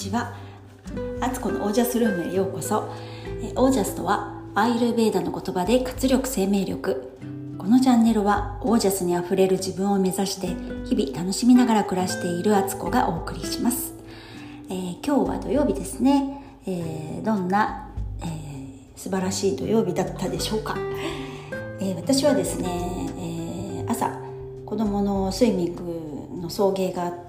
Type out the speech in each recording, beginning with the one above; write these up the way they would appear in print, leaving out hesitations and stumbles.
ちは。あつこのオージャスルームへようこそ。オージャスとはアーユルヴェーダの言葉で活力生命力。このチャンネルはオージャスにあふれる自分を目指して日々楽しみながら暮らしているあつこがお送りします。今日は土曜日ですね。どんな、素晴らしい土曜日だったでしょうか。私はですね、朝子供のスイミングの送迎があって、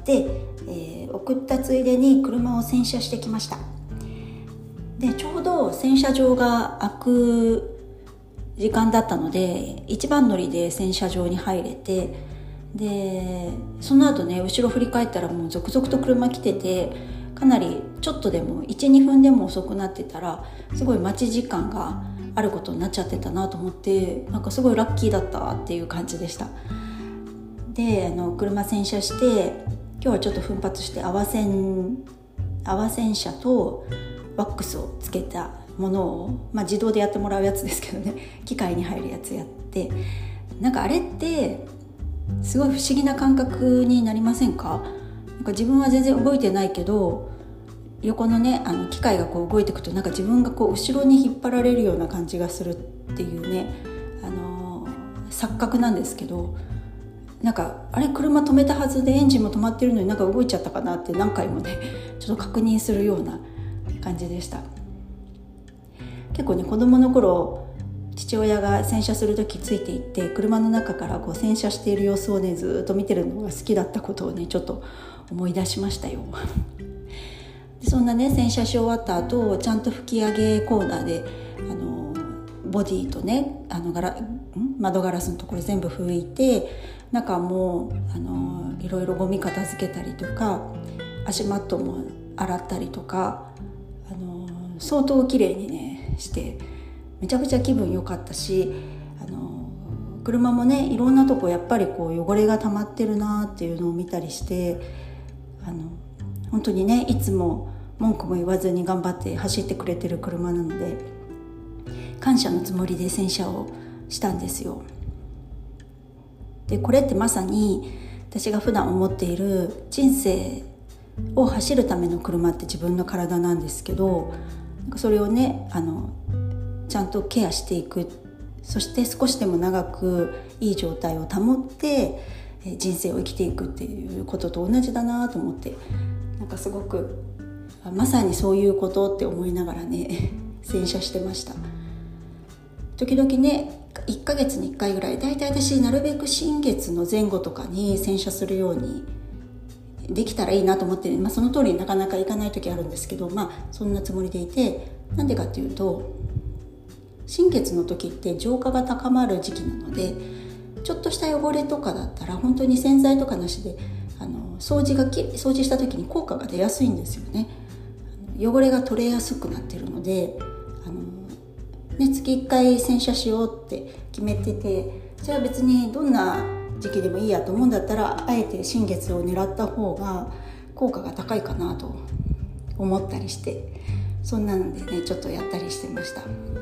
送ったついでに車を洗車してきました。でちょうど洗車場が開く時間だったので一番乗りで洗車場に入れて、でその後ね後ろ振り返ったらもう続々と車来てて、かなりちょっとでも 1,2 分でも遅くなってたらすごい待ち時間があることになっちゃってたなと思って、なんかすごいラッキーだったっていう感じでした。で車洗車して今日はちょっと奮発して泡洗車とワックスをつけたものを、自動でやってもらうやつですけどね、機械に入るやつやって、なんかあれってすごい不思議な感覚になりませんか？なんか自分は全然動いてないけど横のね機械がこう動いていくとなんか自分がこう後ろに引っ張られるような感じがするっていうね、錯覚なんですけど、なんかあれ車止めたはずでエンジンも止まってるのになんか動いちゃったかなって何回もねちょっと確認するような感じでした。結構ね子供の頃父親が洗車する時ついていって車の中からこう洗車している様子をねずっと見てるのが好きだったことをねちょっと思い出しましたよ。でそんなね洗車し終わった後ちゃんと拭き上げコーナーでボディとね窓ガラスのところ全部拭いて、中もいろいろゴミ片付けたりとか足マットも洗ったりとか相当綺麗にねしてめちゃくちゃ気分良かったし、車もねいろんなとこやっぱりこう汚れが溜まってるなっていうのを見たりして、本当にねいつも文句も言わずに頑張って走ってくれてる車なので感謝のつもりで洗車をしたんですよ。でこれってまさに私が普段思っている人生を走るための車って自分の体なんですけど、それをねちゃんとケアしていく、そして少しでも長くいい状態を保って人生を生きていくっていうことと同じだなと思って、なんかすごくまさにそういうことって思いながらね洗車してました。時々ね1ヶ月に1回ぐらい、だいたい私なるべく新月の前後とかに洗車するようにできたらいいなと思って、その通りになかなかいかない時あるんですけど、そんなつもりでいて、なんでかっていうと新月の時って浄化が高まる時期なので、ちょっとした汚れとかだったら本当に洗剤とかなしで掃除した時に効果が出やすいんですよね。汚れが取れやすくなってるので月1回洗車しようって決めてて、それは別にどんな時期でもいいやと思うんだったらあえて新月を狙った方が効果が高いかなと思ったりして、そんなのでねちょっとやったりしてました。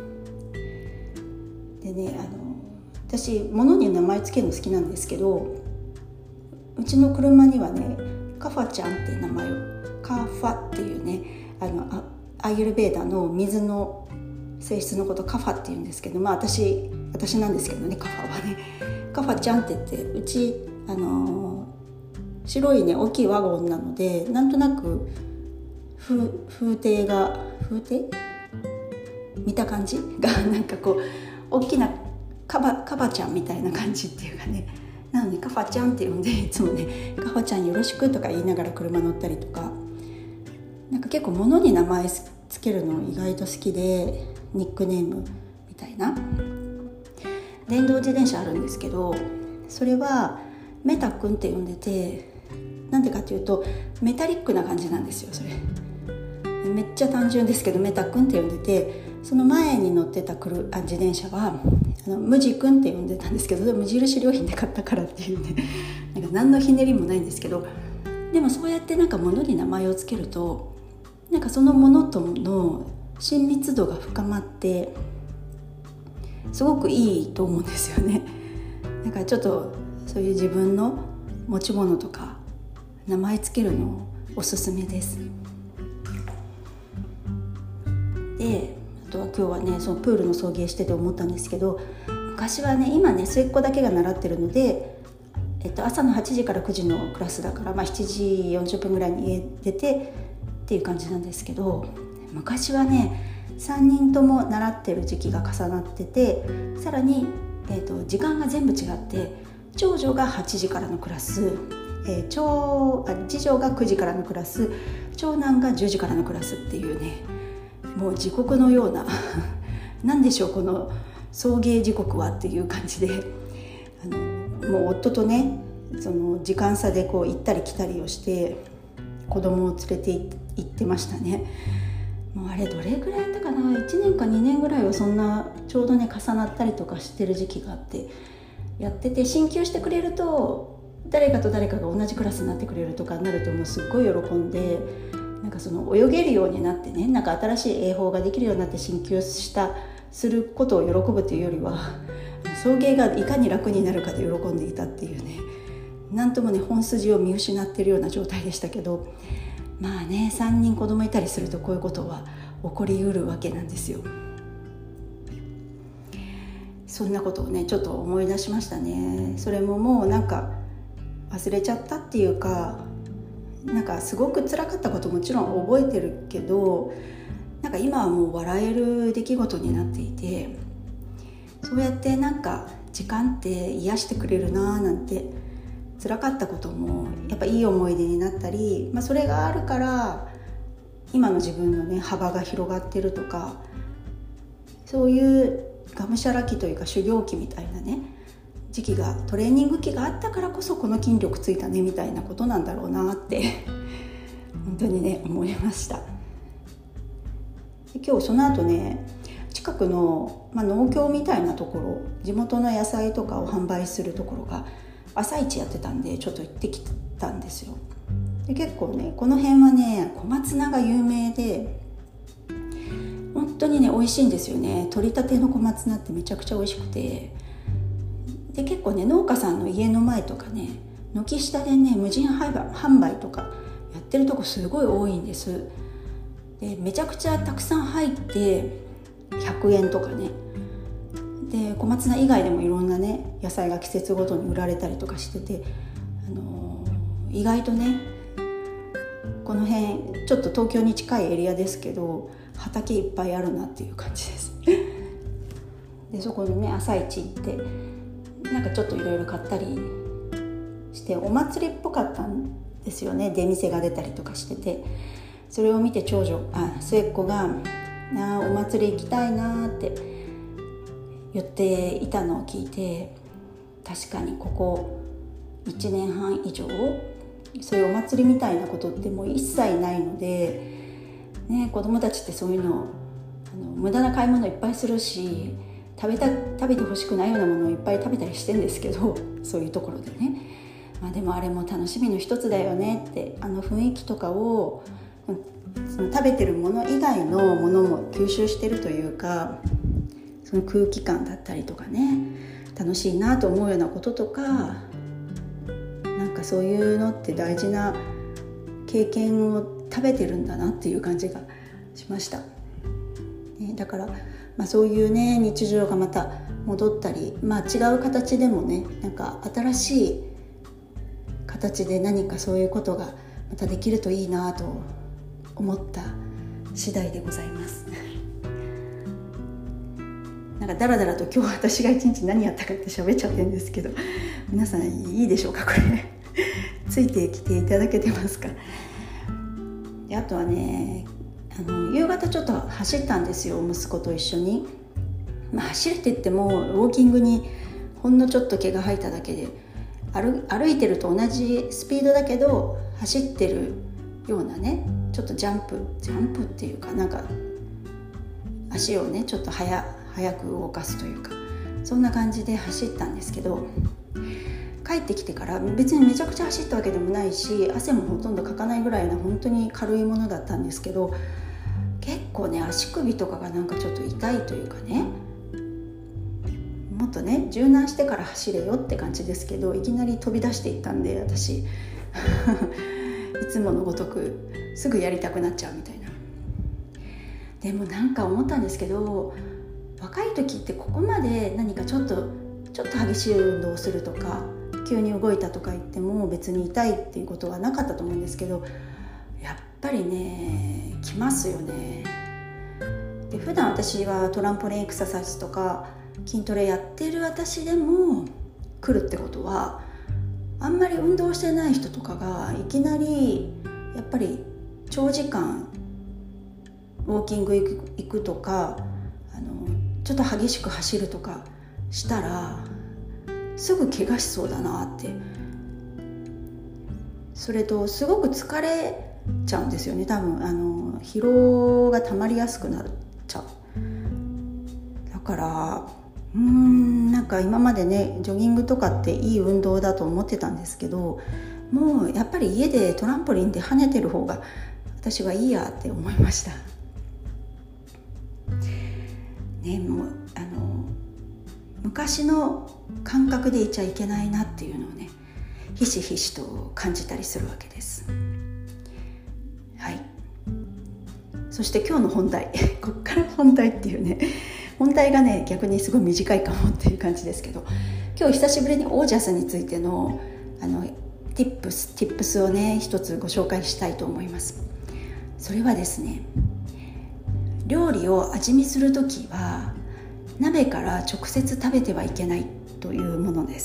でね私物に名前つけるの好きなんですけど、うちの車にはねカファちゃんっていう名前を、カファっていうねアーユルヴェーダの水の性質のことカファっていうんですけど、私なんですけどね、カファはねカファちゃんって言って、うち白いね大きいワゴンなので、なんとなく風景見た感じがなんかこう大きなカバちゃんみたいな感じっていうかね、なのにカファちゃんって呼んでいつもねカファちゃんよろしくとか言いながら車乗ったりとか、なんか結構物に名前つけるの意外と好きで、ニックネームみたいな電動自転車あるんですけど、それはメタ君って呼んでて、なんでかっていうとメタリックな感じなんですよ。それめっちゃ単純ですけどメタ君って呼んでて、その前に乗ってた自転車はムジ君って呼んでたんですけど、無印良品で買ったからっていうねなんか何のひねりもないんですけど、でもそうやってなんか物に名前をつけるとなんかそのものとの親密度が深まってすごくいいと思うんですよね。なんかちょっとそういう自分の持ち物とか名前つけるのおすすめです。 で、あとは今日はねそのプールの送迎してて思ったんですけど、昔はね、今ね末っ子だけが習ってるので、朝の8時から9時のクラスだから、7時40分ぐらいに家出てっていう感じなんですけど、昔はね3人とも習ってる時期が重なってて、さらに、時間が全部違って、長女が8時からのクラス、次女が9時からのクラス、長男が10時からのクラスっていうね、もう時刻のような何でしょうこの送迎時刻はっていう感じで、もう夫とねその時間差でこう行ったり来たりをして子供を連れて行ってましたね。もうあれどれぐらいやったかな、1年か2年ぐらいはそんなちょうどね重なったりとかしてる時期があって、やってて進級してくれると誰かと誰かが同じクラスになってくれるとかになるともうすっごい喜んで、なんかその泳げるようになってね、なんか新しい英法ができるようになって進級することを喜ぶというよりは、送迎がいかに楽になるかで喜んでいたっていうね、なんともね本筋を見失っているような状態でしたけど、まあね3人子供いたりするとこういうことは起こりうるわけなんですよ。そんなことをねちょっと思い出しましたね。それももうなんか忘れちゃったっていうか、なんかすごく辛かったこともちろん覚えてるけど、なんか今はもう笑える出来事になっていて、そうやってなんか時間って癒してくれるなーなんて、辛かったこともやっぱいい思い出になったり、それがあるから今の自分のね幅が広がってるとか、そういうがむしゃら期というか修行期みたいなね時期が、トレーニング期があったからこそこの筋力ついたねみたいなことなんだろうなって本当にね思いました。で今日その後ね近くの、農協みたいなところ、地元の野菜とかを販売するところが朝市やってたんでちょっと行ってきたんですよ。で結構ねこの辺はね小松菜が有名で本当にね美味しいんですよね。取りたての小松菜ってめちゃくちゃ美味しくて、で結構ね農家さんの家の前とかね軒下でね無人販売とかやってるとこすごい多いんです。でめちゃくちゃたくさん入って100円とかね、で小松菜以外でもいろんなね野菜が季節ごとに売られたりとかしてて、意外とねこの辺ちょっと東京に近いエリアですけど畑いっぱいあるなっていう感じですでそこのね朝市行ってなんかちょっといろいろ買ったりして、お祭りっぽかったんですよね。出店が出たりとかしてて、それを見て末っ子がお祭り行きたいなって言っていたのを聞いて、確かにここ1年半以上そういうお祭りみたいなことってもう一切ないので、ね、子供たちってそういうの無駄な買い物いっぱいするし、食べてほしくないようなものをいっぱい食べたりしてるんですけど、そういうところでね、でもあれも楽しみの一つだよねって、雰囲気とかをその食べてるもの以外のものも吸収してるというか、その空気感だったりとかね、楽しいなと思うようなこととか、なんかそういうのって大事な経験を食べてるんだなっていう感じがしました、だから、そういうね日常がまた戻ったり、違う形でもね、なんか新しい形で何かそういうことがまたできるといいなと思った次第でございますなんかだらだらと今日私が一日何やったかって喋っちゃってるんですけど、皆さんいいでしょうかこれついてきていただけてますか。であとはね夕方ちょっと走ったんですよ、息子と一緒に。走るって言ってもウォーキングにほんのちょっと毛が生えただけで、歩いてると同じスピードだけど走ってるようなね、ちょっとジャンプっていうか、なんか足をねちょっと早く動かすというか、そんな感じで走ったんですけど、帰ってきてから別にめちゃくちゃ走ったわけでもないし、汗もほとんどかかないぐらいの本当に軽いものだったんですけど、結構ね足首とかがなんかちょっと痛いというかね、もっとね柔軟してから走れよって感じですけど、いきなり飛び出していったんで、私いつものごとくすぐやりたくなっちゃうみたいな。 でもなんか思ったんですけど、若い時ってここまで何かちょっと激しい運動をするとか急に動いたとか言っても別に痛いっていうことはなかったと思うんですけど、やっぱりねきますよね。で普段私はトランポリンエクササイズとか筋トレやってる私でも来るってことは、あんまり運動してない人とかがいきなりやっぱり長時間ウォーキング行くとかちょっと激しく走るとかしたらすぐ怪我しそうだなって。それとすごく疲れちゃうんですよね。多分疲労が溜まりやすくなっちゃう。だからなんか今までねジョギングとかっていい運動だと思ってたんですけど、もうやっぱり家でトランポリンで跳ねてる方が私はいいやって思いましたね。もう昔の感覚でいちゃいけないなっていうのをねひしひしと感じたりするわけです。はい。そして今日の本題こっから本題っていうね、本題がね逆にすごい短いかもっていう感じですけど、今日久しぶりにオージャスについてのtips をね一つご紹介したいと思います。それはですね、料理を味見するときは鍋から直接食べてはいけないというものです。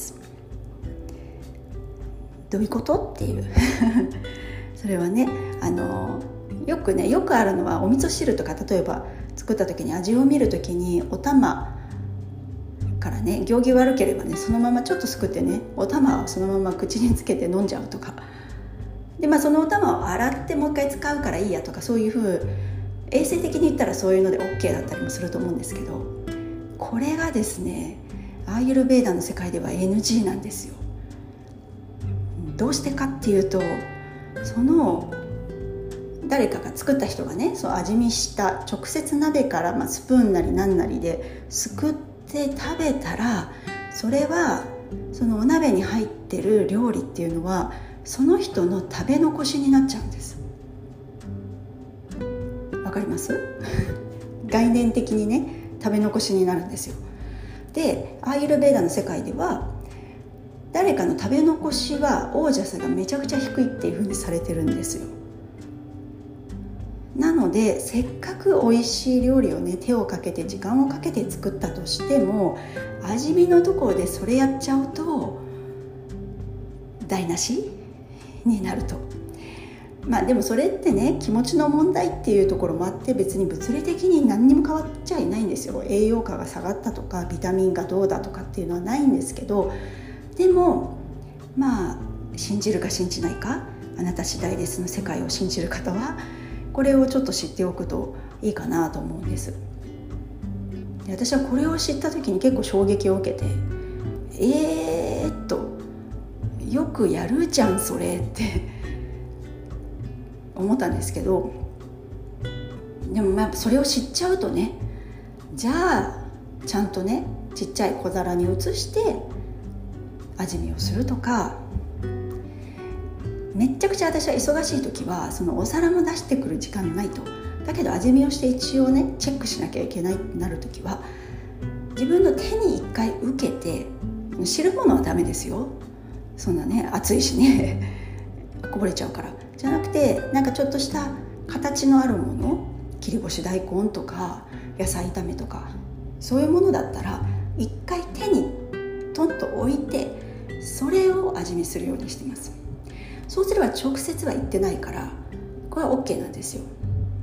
どういうことっていうそれはねよくあるのはお味噌汁とか、例えば作った時に味を見る時にお玉からね行儀悪ければねそのままちょっとすくってねお玉をそのまま口につけて飲んじゃうとかで、そのお玉を洗ってもう一回使うからいいやとか、そういう風衛生的に言ったらそういうので OK だったりもすると思うんですけど、これがですねアーユルヴェーダの世界では NG なんですよ。どうしてかっていうと、その誰かが作った人がねそう味見した直接鍋から、スプーンなり何なりですくって食べたら、それはそのお鍋に入ってる料理っていうのはその人の食べ残しになっちゃうんです。わかります概念的にね食べ残しになるんですよ。でアーユルヴェーダの世界では誰かの食べ残しはオージャスがめちゃくちゃ低いっていう風にされてるんですよ。なのでせっかく美味しい料理をね手をかけて時間をかけて作ったとしても、味見のところでそれやっちゃうと台無しになると。でもそれってね気持ちの問題っていうところもあって、別に物理的に何にも変わっちゃいないんですよ。栄養価が下がったとかビタミンがどうだとかっていうのはないんですけど、でも信じるか信じないかあなた次第ですの世界を信じる方はこれをちょっと知っておくといいかなと思うんです。で私はこれを知った時に結構衝撃を受けて、よくやるじゃんそれって思ったんですけど、でもそれを知っちゃうとね、じゃあちゃんとねちっちゃい小皿に移して味見をするとか、めっちゃくちゃ私は忙しい時はそのお皿も出してくる時間ないと、だけど味見をして一応ねチェックしなきゃいけないってなる時は自分の手に一回受けて、汁物はダメですよ、そんなね熱いしねこぼれちゃうから、じゃなくてちょっとした形のあるもの、切り干し大根とか野菜炒めとかそういうものだったら一回手にトンと置いてそれを味見するようにしてます。そうすれば直接は言ってないからこれは OK なんですよ。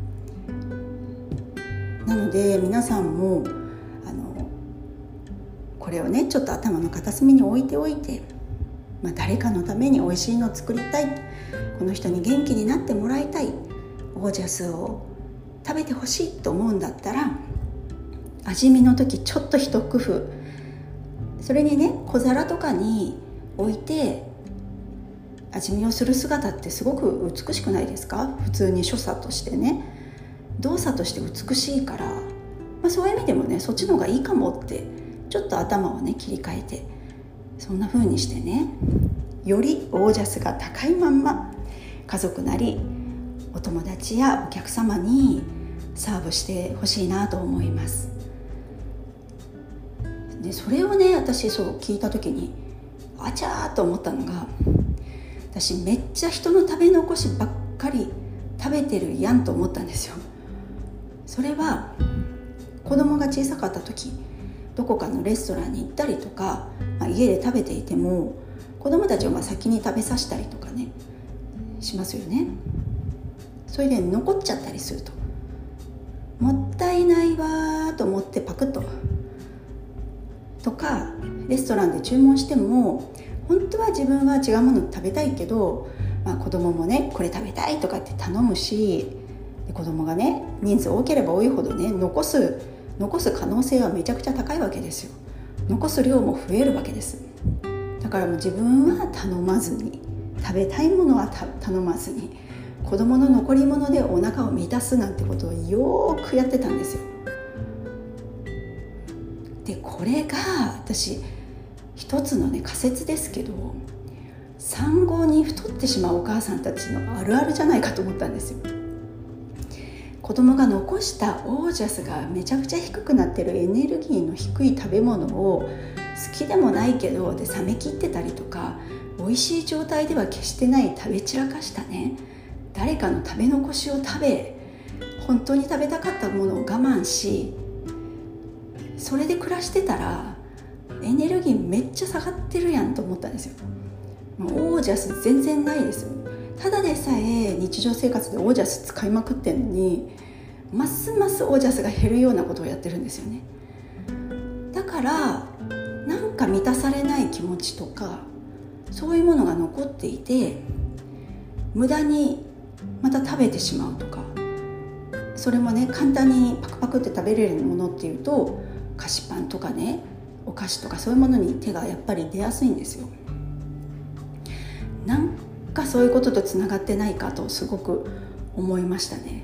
なので皆さんもこれをねちょっと頭の片隅に置いておいて、誰かのために美味しいのを作りたい、この人に元気になってもらいたい、オージャスを食べてほしいと思うんだったら、味見の時ちょっと一工夫、それにね小皿とかに置いて味見をする姿ってすごく美しくないですか？普通に所作としてね、動作として美しいから、そういう意味でもねそっちの方がいいかもってちょっと頭をね切り替えて、そんな風にしてねよりオージャスが高いまんま家族なりお友達やお客様にサーブしてほしいなと思います。でそれをね、私聞いた時にあちゃーと思ったのが、私めっちゃ人の食べ残しばっかり食べてるやんと思ったんですよ。それは子供が小さかった時、どこかのレストランに行ったりとか、家で食べていても子供たちを先に食べさせたりとかねしますよね。それで残っちゃったりすると、もったいないわと思ってパクッとか、レストランで注文しても本当は自分は違うもの食べたいけど、子供もねこれ食べたいとかって頼むし、子供がね人数多ければ多いほどね残す可能性はめちゃくちゃ高いわけですよ。残す量も増えるわけです。だからもう自分は頼まずに、食べたいものは頼まずに、子供の残り物でお腹を満たすなんてことをよーくやってたんですよ。でこれが私一つのね仮説ですけど、産後に太ってしまうお母さんたちのあるあるじゃないかと思ったんですよ。子供が残したオージャスがめちゃくちゃ低くなってる、エネルギーの低い食べ物を好きでもないけどで冷め切ってたりとか、美味しい状態では決してない食べ散らかしたね誰かの食べ残しを食べ、本当に食べたかったものを我慢し、それで暮らしてたらエネルギーめっちゃ下がってるやんと思ったんですよ。オージャス全然ないですよ。ただでさえ日常生活でオージャス使いまくってんのに、ますますオージャスが減るようなことをやってるんですよね。だからなんか満たされない気持ちとか、そういうものが残っていて無駄にまた食べてしまうとか、それもね簡単にパクパクって食べれるものっていうと菓子パンとかね、お菓子とかそういうものに手がやっぱり出やすいんですよ。なんかそういうこととつながってないかとすごく思いましたね。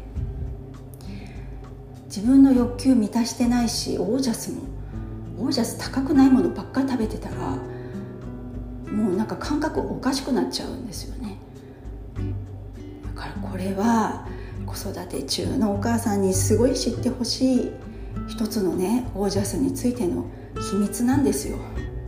自分の欲求満たしてないし、オージャス高くないものばっかり食べてたらもうなんか感覚おかしくなっちゃうんですよね。だからこれは子育て中のお母さんにすごい知ってほしい一つのねオージャスについての秘密なんですよ。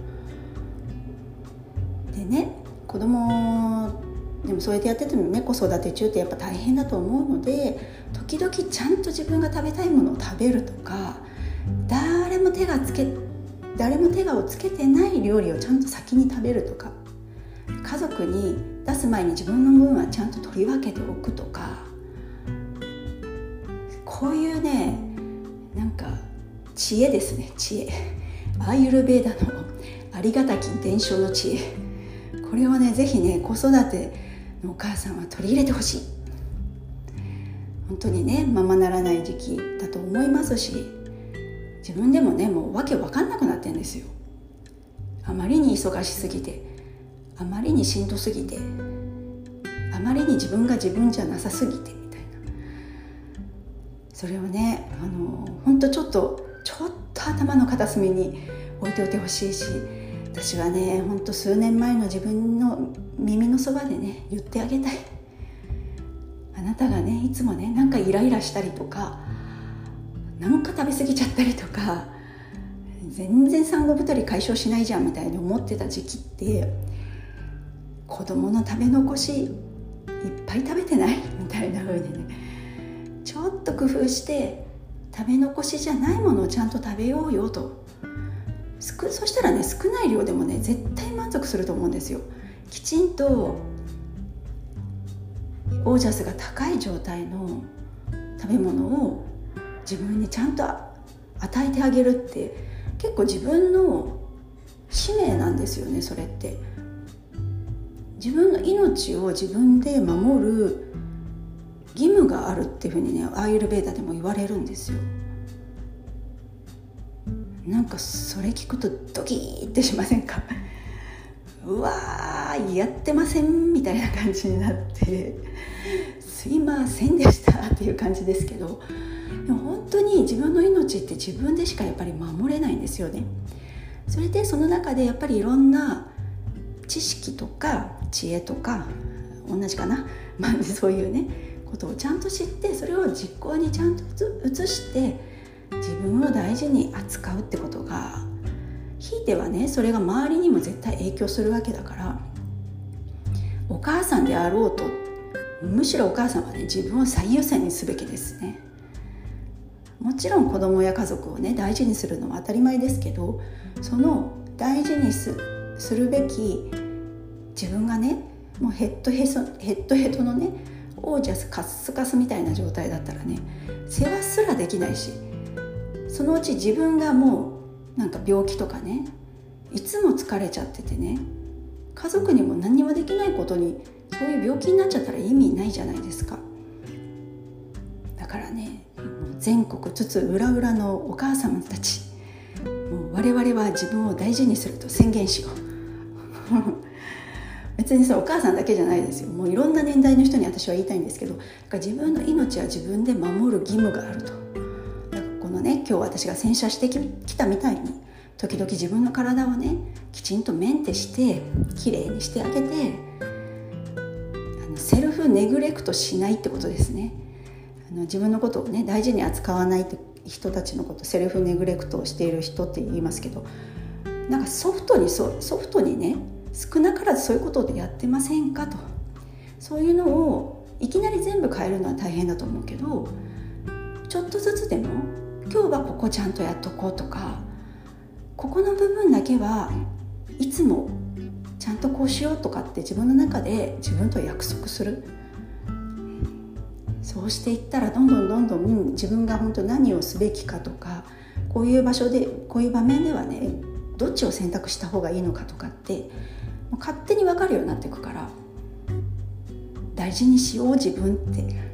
でね、子供でもそうやってやっててもね、子育て中ってやっぱ大変だと思うので、時々ちゃんと自分が食べたいものを食べるとか、誰も手をつけてない料理をちゃんと先に食べるとか、家族に出す前に自分の分はちゃんと取り分けておくとか、こういうねなんか知恵ですね。知恵、アーユルヴェーダのありがたき伝承の知恵、これをねぜひね子育てのお母さんは取り入れてほしい。本当にねままならない時期だと思いますし、自分でもねもうわけわかんなくなってるんですよ。あまりに忙しすぎて、あまりにしんどすぎて、あまりに自分が自分じゃなさすぎてみたいな。それをね本当ちょっと頭の片隅に置いておいてほしいし、私はね本当数年前の自分の耳のそばでね言ってあげたい。あなたがねいつもねなんかイライラしたりとか、なんか食べ過ぎちゃったりとか、全然産後太り解消しないじゃんみたいに思ってた時期って、子供の食べ残しいっぱい食べてないみたいな風にね、ちょっと工夫して食べ残しじゃないものをちゃんと食べようよと。そしたらね少ない量でもね絶対満足すると思うんですよ。きちんとオージャスが高い状態の食べ物を自分にちゃんと与えてあげるって結構自分の使命なんですよね。それって自分の命を自分で守る義務があるっていうふうにねアーユルヴェーダでも言われるんですよ。なんかそれ聞くとドキーってしませんか？うわーやってませんみたいな感じになってすいませんでしたっていう感じですけど、でも本当に自分の命って自分でしかやっぱり守れないんですよね。それでその中でやっぱりいろんな知識とか知恵とか同じかな、そういうね子ことをちゃんと知って、それを実行にちゃんと移して自分を大事に扱うってことが、ひいてはねそれが周りにも絶対影響するわけだから、お母さんであろうと、むしろお母さんはね自分を最優先にすべきですね。もちろん子供や家族をね大事にするのは当たり前ですけど、その大事にするべき自分がねもうヘッドヘドのねオージャスカスカスみたいな状態だったらね、世話すらできないし、そのうち自分がもうなんか病気とかね、いつも疲れちゃっててね、家族にも何にもできないことに、そういう病気になっちゃったら意味ないじゃないですか。だからね、全国津々浦々のお母様たち、もう我々は自分を大事にすると宣言しよう別にお母さんだけじゃないですよ。もういろんな年代の人に私は言いたいんですけど、だから自分の命は自分で守る義務があると。だからこのね、今日私が洗車してきたみたいに、時々自分の体をねきちんとメンテしてきれいにしてあげて、セルフネグレクトしないってことですね。自分のことをね大事に扱わないって人たちのこと、セルフネグレクトをしている人って言いますけど、なんかソフトにね少なからずそういうことでやってませんかと。そういうのをいきなり全部変えるのは大変だと思うけど、ちょっとずつでも今日はここちゃんとやっとこうとか、ここの部分だけはいつもちゃんとこうしようとかって自分の中で自分と約束する。そうしていったらどんどん自分が本当何をすべきかとか、こういう場所でこういう場面ではねどっちを選択した方がいいのかとかってもう勝手に分かるようになっていくから、大事にしよう自分って、ね、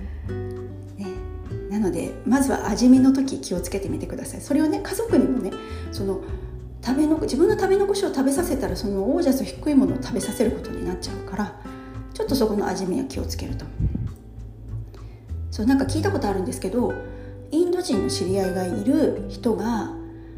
なのでまずは味見の時気をつけてみてください。それをね家族にもね、その自分の食べ残しを食べさせたら、そのオージャス低いものを食べさせることになっちゃうから、ちょっとそこの味見は気をつけると。そう、なんか聞いたことあるんですけど、インド人の知り合いがいる人が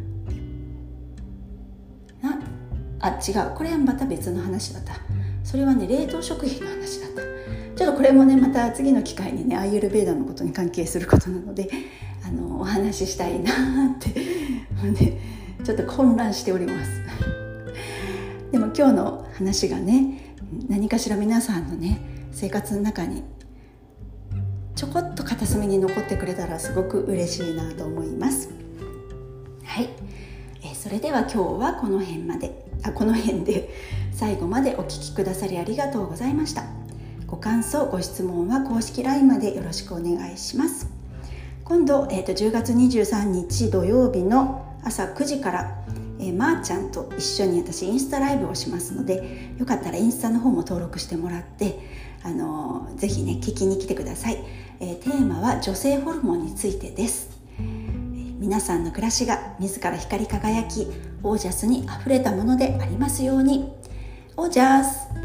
違う、これはまた別の話だった。それはね冷凍食品の話だった。ちょっとこれもねまた次の機会にねアーユルヴェーダのことに関係することなのでお話ししたいなってね、ちょっと混乱しておりますでも今日の話がね何かしら皆さんのね生活の中にちょこっと片隅に残ってくれたらすごく嬉しいなと思います。はい、それでは今日はこの辺で最後までお聞きくださりありがとうございました。ご感想ご質問は公式 LINE までよろしくお願いします。今度、10月23日土曜日の朝9時から、まーちゃんと一緒に私インスタライブをしますので、よかったらインスタの方も登録してもらってぜひね聞きに来てください。テーマは女性ホルモンについてです。皆さんの暮らしが自ら光り輝きオージャスにあふれたものでありますように。オージャス